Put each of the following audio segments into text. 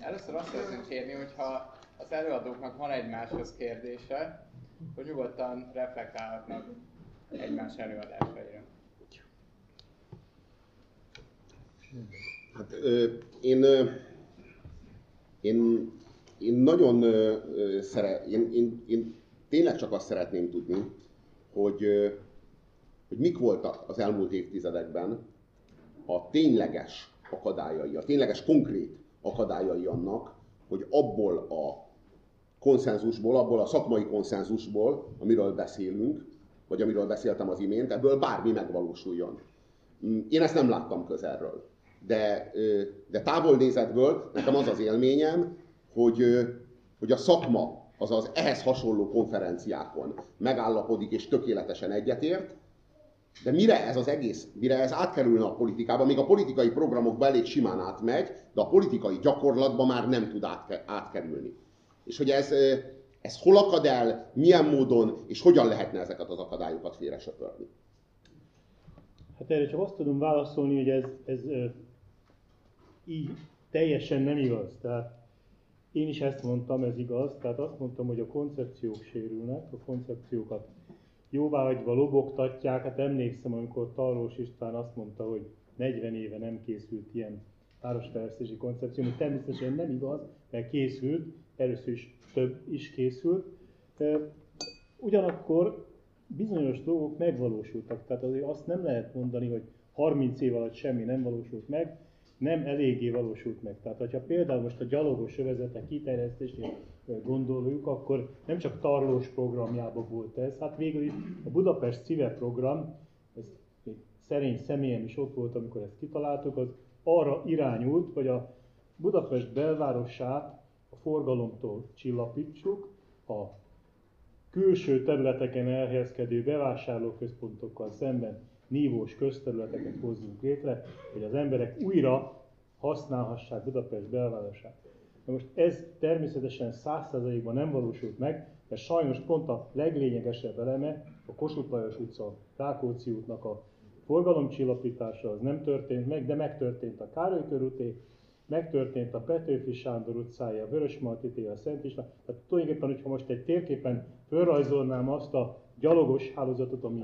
Először azt szeretném kérni, hogyha az előadóknak van egymáshoz kérdése, hogy nyugodtan reflektálhatnak egymás előadásaira. Hát én nagyon én tényleg csak azt szeretném tudni, hogy mik voltak az elmúlt évtizedekben a tényleges akadályai, a tényleges konkrét akadályai annak, hogy abból a konszenzusból, abból a szakmai konszenzusból, amiről beszélünk, vagy amiről beszéltem az imént, ebből bármi megvalósuljon. Én ezt nem láttam közelről. De távolnézetből nekem az az élményem, hogy a szakma, azaz ehhez hasonló konferenciákon megállapodik és tökéletesen egyetért, de mire ez átkerülne a politikába, még a politikai programokba elég simán átmegy, de a politikai gyakorlatba már nem tud átkerülni. És hogy ez hol akad el, milyen módon, és hogyan lehetne ezeket az akadályokat félresöpörni? Hát erre csak azt tudom válaszolni, hogy ez így teljesen nem igaz. Tehát én is ezt mondtam, ez igaz. Tehát azt mondtam, hogy a koncepciók sérülnek, a koncepciókat jóváhagyva lobogtatják. Hát emlékszem, amikor Tarlós István azt mondta, hogy 40 éve nem készült ilyen városfejlesztési koncepció, ami természetesen nem igaz, mert készült, először is több is készült. Ugyanakkor bizonyos dolgok megvalósultak, tehát azért azt nem lehet mondani, hogy 30 év alatt semmi nem valósult meg, nem eléggé valósült meg. Tehát ha például most a gyalogos övezetek kiterjesztését gondoljuk, akkor nem csak Tarlós programjában volt ez, hát végül is a Budapest Szíve program, ez szerény személyem is ott volt, amikor ezt kitaláltuk, az arra irányult, hogy a Budapest belvárosát a forgalomtól csillapítsuk, a külső területeken elhelyezkedő bevásárlóközpontokkal szemben nívós közterületeket hozzunk létre, hogy az emberek újra használhassák Budapest belvárosát. Na most ez természetesen 100%-ban nem valósult meg, mert sajnos pont a leglényegesebb eleme, a Kossuth Lajos utca, Rákóczi útnak a forgalomcsillapítása az nem történt meg, de megtörtént a Károly körúté, megtörtént a Petőfi Sándor utcája, a Vörösmarty tér, a Szent István. Tehát tulajdonképpen, hogyha most egy térképen felrajzolnám azt a gyalogos hálózatot, ami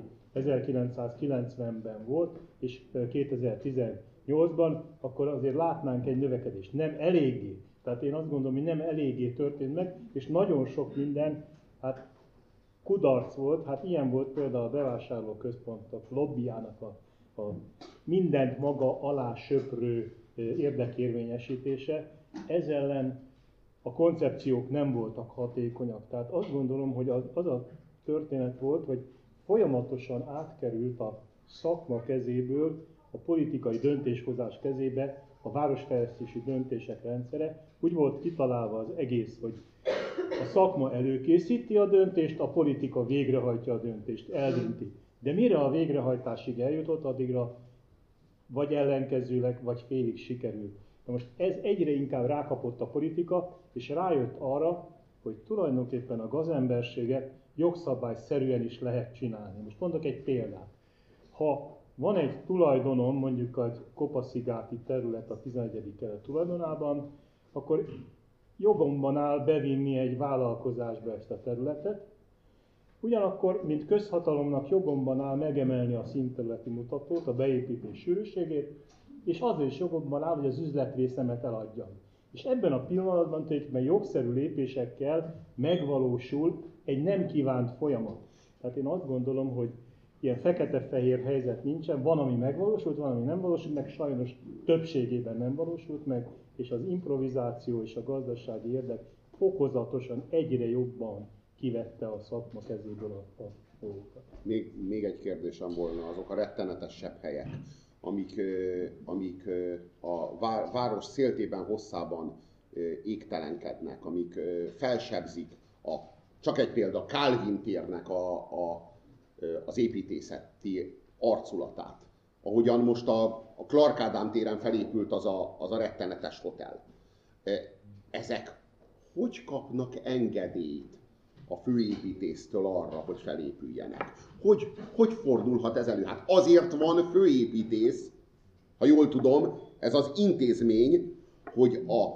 1990-ben volt, és 2018-ban, akkor azért látnánk egy növekedést. Nem eléggé. Tehát én azt gondolom, hogy nem eléggé történt meg, és nagyon sok minden, hát kudarc volt, hát ilyen volt például a bevásárlóközpontok lobbyának a mindent maga alá söprő érdekérvényesítése. Ez ellen a koncepciók nem voltak hatékonyak. Tehát azt gondolom, hogy az a történet volt, hogy folyamatosan átkerült a szakma kezéből a politikai döntéshozás kezébe a városfejlesztési döntések rendszere. Úgy volt kitalálva az egész, hogy a szakma előkészíti a döntést, a politika végrehajtja a döntést, eldönti. De mire a végrehajtásig eljutott, addigra vagy ellenkezőleg, vagy félig sikerült. Na most ez egyre inkább rákapott a politika, és rájött arra, hogy tulajdonképpen a gazemberséget jogszabályszerűen is lehet csinálni. Most mondok egy példát. Ha van egy tulajdonom, mondjuk egy kopaszigáti terület a 11. kelet tulajdonában, akkor jogomban áll bevinni egy vállalkozásba ezt a területet, ugyanakkor, mint közhatalomnak jogomban áll megemelni a színterületi mutatót, a beépítés sűrűségét, és azzal is jogomban áll, hogy az üzletrészemet eladjam. És ebben a pillanatban tulajdonképpen jogszerű lépésekkel megvalósul egy nem kívánt folyamat. Tehát én azt gondolom, hogy ilyen fekete-fehér helyzet nincsen, van, ami megvalósult, van, ami nem valósult meg, sajnos többségében nem valósult meg, és az improvizáció és a gazdasági érdek fokozatosan egyre jobban kivette a szakma kezéből a dolgokat. Még egy kérdésem volna, azok a rettenetesebb helyek, amik a város széltében, hosszában égtelenkednek, amik felsebzik csak egy példa, Kálvin térnek az építészeti arculatát. Ahogyan most a Clark Ádám téren felépült az a rettenetes hotel. Ezek hogy kapnak engedélyt a főépítésztől arra, hogy felépüljenek? Hogy fordulhat ez elő? Hát azért van főépítész, ha jól tudom, ez az intézmény, hogy a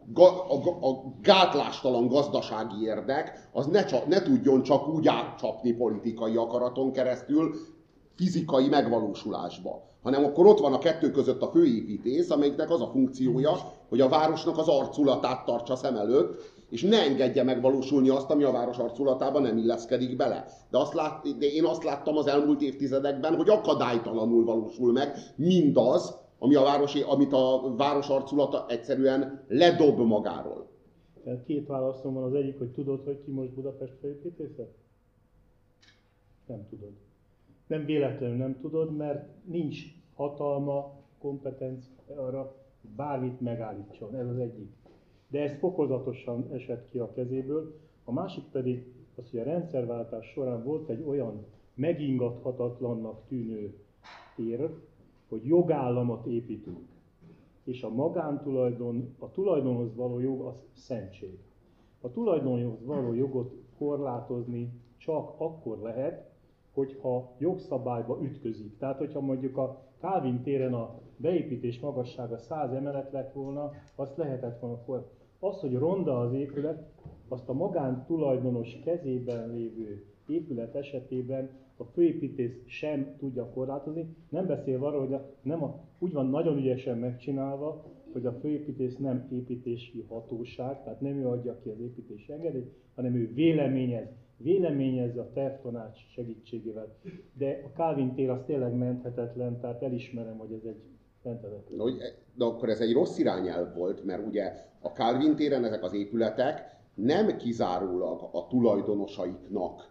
a gátlástalan gazdasági érdek az ne tudjon csak úgy átcsapni politikai akaraton keresztül fizikai megvalósulásba, hanem akkor ott van a kettő között a főépítész, amelyiknek az a funkciója, hogy a városnak az arculatát tartsa szem előtt, és ne engedje megvalósulni azt, ami a város arculatában nem illeszkedik bele. De én azt láttam az elmúlt évtizedekben, hogy akadálytalanul valósul meg mindaz, amit a város arculata egyszerűen ledob magáról. Két válaszom van, az egyik, hogy tudod, hogy ki most Budapest főépítésze? Nem tudod. Nem véletlenül nem tudod, mert nincs hatalma, kompetencia arra, hogy bármit megállítson. Ez az egyik. De ez fokozatosan esett ki a kezéből. A másik pedig az, hogy a rendszerváltás során volt egy olyan megingathatatlannak tűnő érv, hogy jogállamot építünk. És a magántulajdon, a tulajdonhoz való jog az szentség. A tulajdonhoz való jogot korlátozni csak akkor lehet, hogyha jogszabályba ütközik. Tehát, hogyha mondjuk a Kálvin téren a beépítés magassága 100 emelet lett volna, azt lehetett volna korlátozni. Az, hogy ronda az épület, azt a magántulajdonos kezében lévő épület esetében a főépítész sem tudja korlátozni. Nem beszélve arról, hogy úgy van nagyon ügyesen megcsinálva, hogy a főépítész nem építési hatóság, tehát nem ő adja ki az építési engedélyt, hanem ő véleményez a tervtanács segítségével. De a Kálvin tér az tényleg menthetetlen, tehát elismerem, hogy ez egy menthetetlen. De akkor ez egy rossz irányelv volt, mert ugye a Kálvin téren ezek az épületek nem kizárólag a tulajdonosaiknak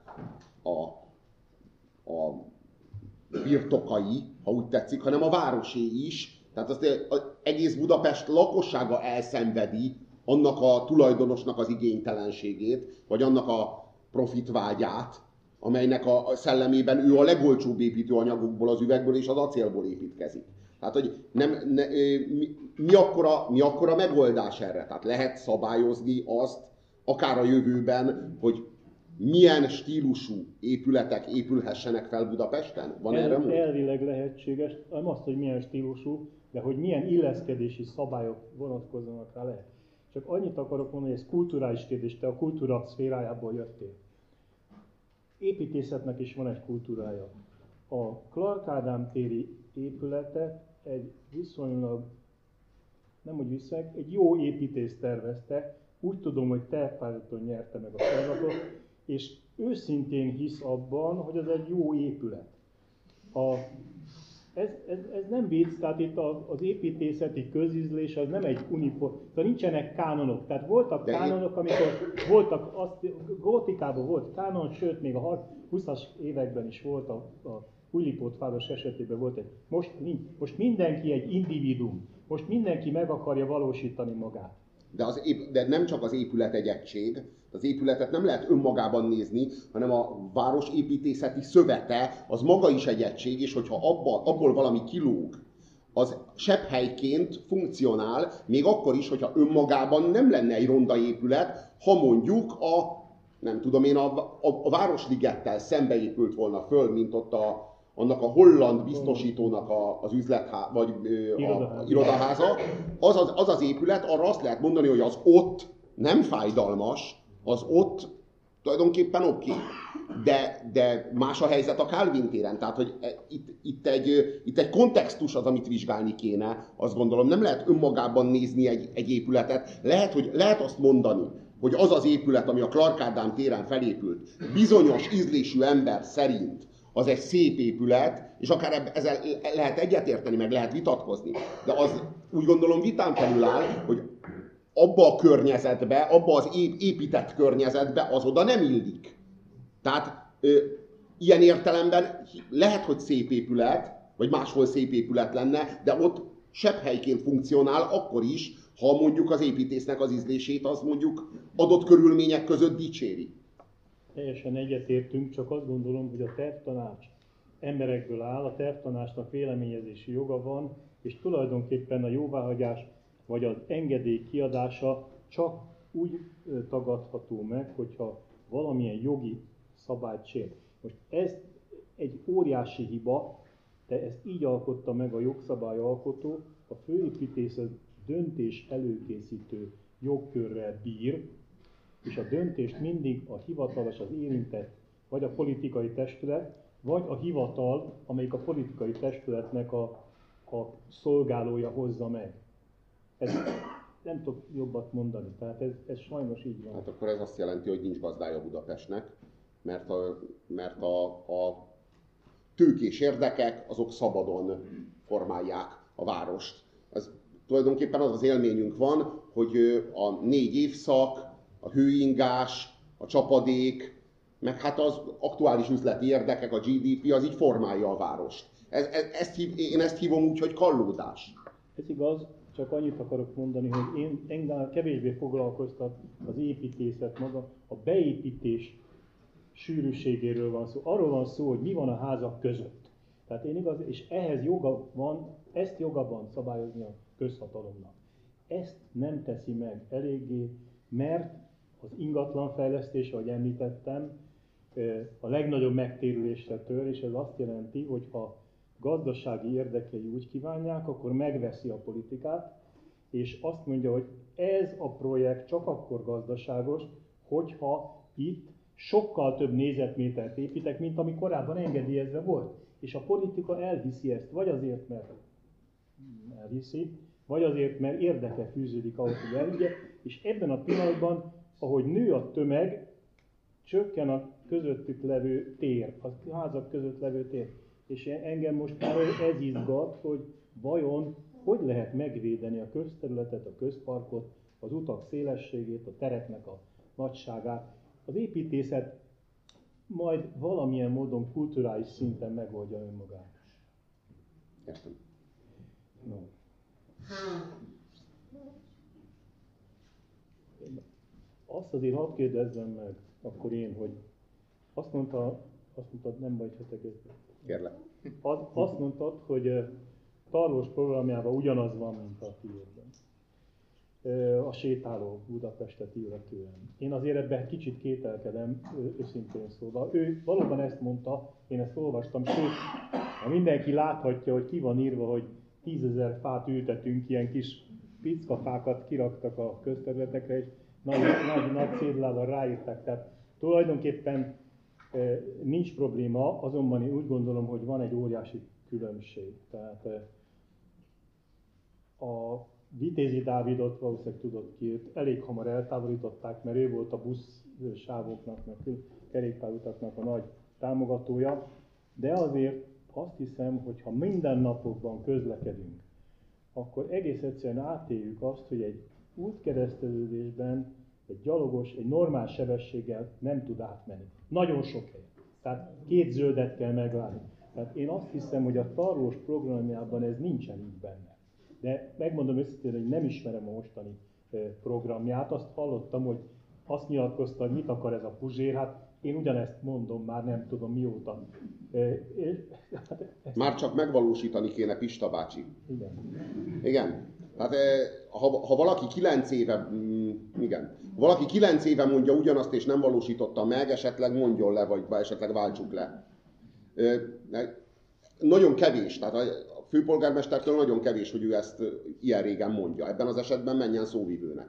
a birtokai, ha úgy tetszik, hanem a városé is. Tehát azt az egész Budapest lakossága elszenvedi annak a tulajdonosnak az igénytelenségét, vagy annak a profitvágyát, amelynek a szellemében ő a legolcsóbb építőanyagokból, az üvegből és az acélból építkezik. Tehát, hogy mi akkora megoldás erre? Tehát lehet szabályozni azt, akár a jövőben, hogy milyen stílusú épületek épülhessenek fel Budapesten? Van erre mód? Elvileg lehetséges, nem azt, hogy milyen stílusú, de hogy milyen illeszkedési szabályok vonatkozzanak rá lehet. Csak annyit akarok mondani, hogy ez kulturális kérdés, te a kultúra szférájából jöttél. Építészetnek is van egy kultúrája. A Clark Ádám téri épületet egy viszonylag, egy jó építész tervezte, úgy tudom, hogy tervpályázaton nyerte meg a feladatot, és őszintén hisz abban, hogy ez egy jó épület. Ez nem vicc, tehát itt az építészeti közízlés az nem egy uniform, tehát nincsenek kánonok. Tehát voltak kánonok, amikor gótikában volt kánon, sőt még a 20-as években is volt a Újlipótváros esetében volt egy. Most mindenki egy individuum, most mindenki meg akarja valósítani magát. De nem csak az épület egy egység, az épületet nem lehet önmagában nézni, hanem a városépítészeti szövete az maga is egy egység, és hogyha abból valami kilóg, az sepphelyként funkcionál, még akkor is, hogyha önmagában nem lenne egy ronda épület, ha mondjuk a Városligettel szembe épült volna föl, mint ott annak a holland biztosítónak az irodaháza, az az épület, arra azt lehet mondani, hogy az ott nem fájdalmas, az ott tulajdonképpen oké. De más a helyzet a Kálvin téren, tehát hogy itt egy kontextus az, amit vizsgálni kéne, azt gondolom, nem lehet önmagában nézni egy épületet. Lehet azt mondani, hogy az az épület, ami a Clark Ádám téren felépült, bizonyos ízlésű ember szerint az egy szép épület, és akár ezzel lehet egyetérteni, meg lehet vitatkozni. De az úgy gondolom vitán felül áll, hogy abba a környezetbe, abba az épített környezetbe az oda nem illik. Tehát ilyen értelemben lehet, hogy szép épület, vagy máshol szép épület lenne, de ott sepphelyként funkcionál akkor is, ha mondjuk az építésznek az ízlését az mondjuk adott körülmények között dicséri. Teljesen egyetértünk, csak azt gondolom, hogy a tervtanács emberekből áll, a tervtanácsnak véleményezési joga van, és tulajdonképpen a jóváhagyás vagy az engedély kiadása csak úgy tagadható meg, hogyha valamilyen jogi szabályt sért. Most ez egy óriási hiba, de ezt így alkotta meg a jogszabályalkotó, a főépítészet döntés előkészítő jogkörrel bír, és a döntést mindig a hivatalos, az érintett, vagy a politikai testület, vagy a hivatal, amelyik a politikai testületnek a szolgálója hozza meg. Ezt nem tudok jobbat mondani, tehát ez sajnos így van. Hát akkor ez azt jelenti, hogy nincs gazdája Budapestnek, mert a tőkés érdekek azok szabadon formálják a várost. Ez tulajdonképpen az élményünk van, hogy a 4 évszak, a hőingás, a csapadék, meg hát az aktuális üzleti érdekek, a GDP, az így formálja a várost. Én ezt hívom úgy, hogy kallódás. Ez igaz, csak annyit akarok mondani, hogy engem kevésbé foglalkoztat az építészet maga, a beépítés sűrűségéről van szó. Arról van szó, hogy mi van a házak között. Tehát és ehhez joga van, ezt joga van szabályozni a közhatalomnak. Ezt nem teszi meg eléggé, mert az ingatlanfejlesztés, ahogy említettem, a legnagyobb megtérülésre tör, és ez azt jelenti, hogy ha gazdasági érdekei úgy kívánják, akkor megveszi a politikát, és azt mondja, hogy ez a projekt csak akkor gazdaságos, hogyha itt sokkal több négyzetmétert építek, mint ami korábban engedélyezve volt. És a politika elhiszi ezt, vagy azért, mert elhiszi, vagy azért, mert érdeke fűződik ahhoz, hogy elvigye, és ebben a pillanatban, ahogy nő a tömeg, csökken a közöttük levő tér, a házak között levő tér. És engem most már ez izgat, hogy vajon hogy lehet megvédeni a közterületet, a közparkot, az utak szélességét, a tereknek a nagyságát. Az építészet majd valamilyen módon kulturális szinten megoldja önmagát. Értem. No. Azt azért hadd kérdezzem meg, akkor én, hogy azt mondtad, nem baj, ha te kezded. Kérlek. Azt mondtad, hogy Tarlós programjában ugyanaz van, mint a tiédben. A sétáló Budapestet illetően. Én azért ebben kicsit kételkedem, őszintén szólva. Ő valóban ezt mondta, én ezt olvastam, sőt, ha mindenki láthatja, hogy ki van írva, hogy 10 000 fát ültetünk, ilyen kis pickafákat kiraktak a közterületekre, és nagy cédulával ráírták. Tehát tulajdonképpen nincs probléma, azonban én úgy gondolom, hogy van egy óriási különbség. Tehát a Vitézi Dávidot valószínűleg tudod ki, őt elég hamar eltávolították, mert ő volt a buszsávoknak, meg kerékpárutaknak a nagy támogatója, de azért azt hiszem, hogy ha mindennapokban közlekedünk, akkor egész egyszerűen átéljük azt, hogy egy útkereszteződésben egy gyalogos egy normál sebességgel nem tud átmenni. Nagyon sok helyen. Tehát 2 zöldet kell megvárni. Tehát én azt hiszem, hogy a Tarlós programjában ez nincsen így benne. De megmondom őszintén, hogy nem ismerem a mostani programját. Azt hallottam, hogy azt nyilatkozta, hogy mit akar ez a Puzsér. Hát én ugyanezt mondom már nem tudom mióta. Már csak megvalósítani kéne, Pista bácsi. Igen. Igen. Tehát ha valaki 9 éve, valaki 9 éve mondja ugyanazt és nem valósította meg, esetleg mondjon le, vagy esetleg váltsuk le. Nagyon kevés, tehát a főpolgármestertől nagyon kevés, hogy ő ezt ilyen régen mondja. Ebben az esetben menjen szóvivőnek.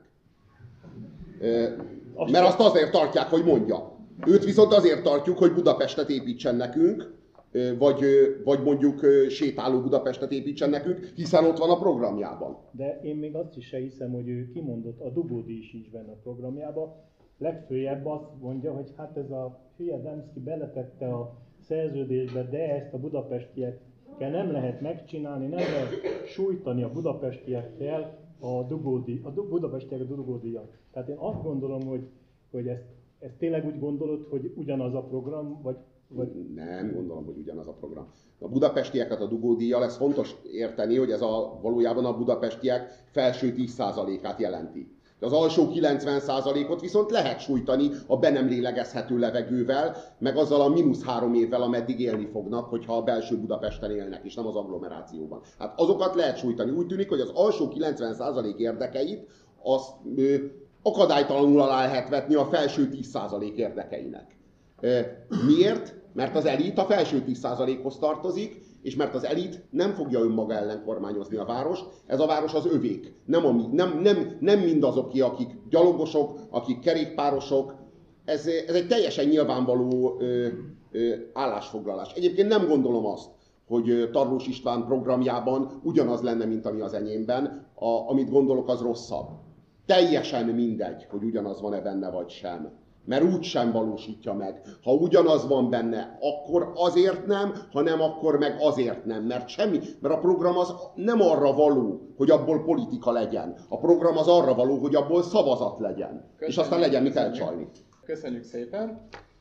Mert azt azért tartják, hogy mondja. Őt viszont azért tartjuk, hogy Budapestet építsen nekünk, vagy mondjuk sétáló Budapestet építsen nekünk, hiszen ott van a programjában. De én még azt is se hiszem, hogy ő kimondott, a dugódi is így benne a programjában. Legfőjebb azt mondja, hogy hát ez a hülye Demszky beletette a szerződésbe, de ezt a budapestiekkel nem lehet megcsinálni, nem lehet sújtani a budapestiekkel a budapestiek a dugódíjat. Tehát én azt gondolom, hogy ezt tényleg úgy gondolod, hogy ugyanaz a program, vagy... Nem gondolom, hogy ugyanaz a program. A budapestieket a dugódíjjal, ez fontos érteni, hogy ez valójában a budapestiek felső 10%-át jelenti. Az alsó 90%-ot viszont lehet sújtani a be nem lélegezhető levegővel, meg azzal a -3 évvel, ameddig élni fognak, hogyha a belső Budapesten élnek, és nem az agglomerációban. Hát azokat lehet sújtani. Úgy tűnik, hogy az alsó 90% érdekeit azt akadálytalanul alá lehet vetni a felső 10% érdekeinek. Miért? Mert az elit a felső 10%-hoz tartozik, és mert az elit nem fogja önmaga ellen kormányozni a várost, ez a város az övék. Nem mindazoké, akik gyalogosok, akik kerékpárosok. Ez egy teljesen nyilvánvaló állásfoglalás. Egyébként nem gondolom azt, hogy Tarlós István programjában ugyanaz lenne, mint ami az enyémben. Amit gondolok, az rosszabb. Teljesen mindegy, hogy ugyanaz van-e benne, vagy sem. Mert úgy sem valósítja meg. Ha ugyanaz van benne, akkor azért nem, ha nem, akkor meg azért nem. Mert a program az nem arra való, hogy abból politika legyen. A program az arra való, hogy abból szavazat legyen. Köszönjük, és aztán legyen mit köszönjük. elcsalni. Köszönjük szépen!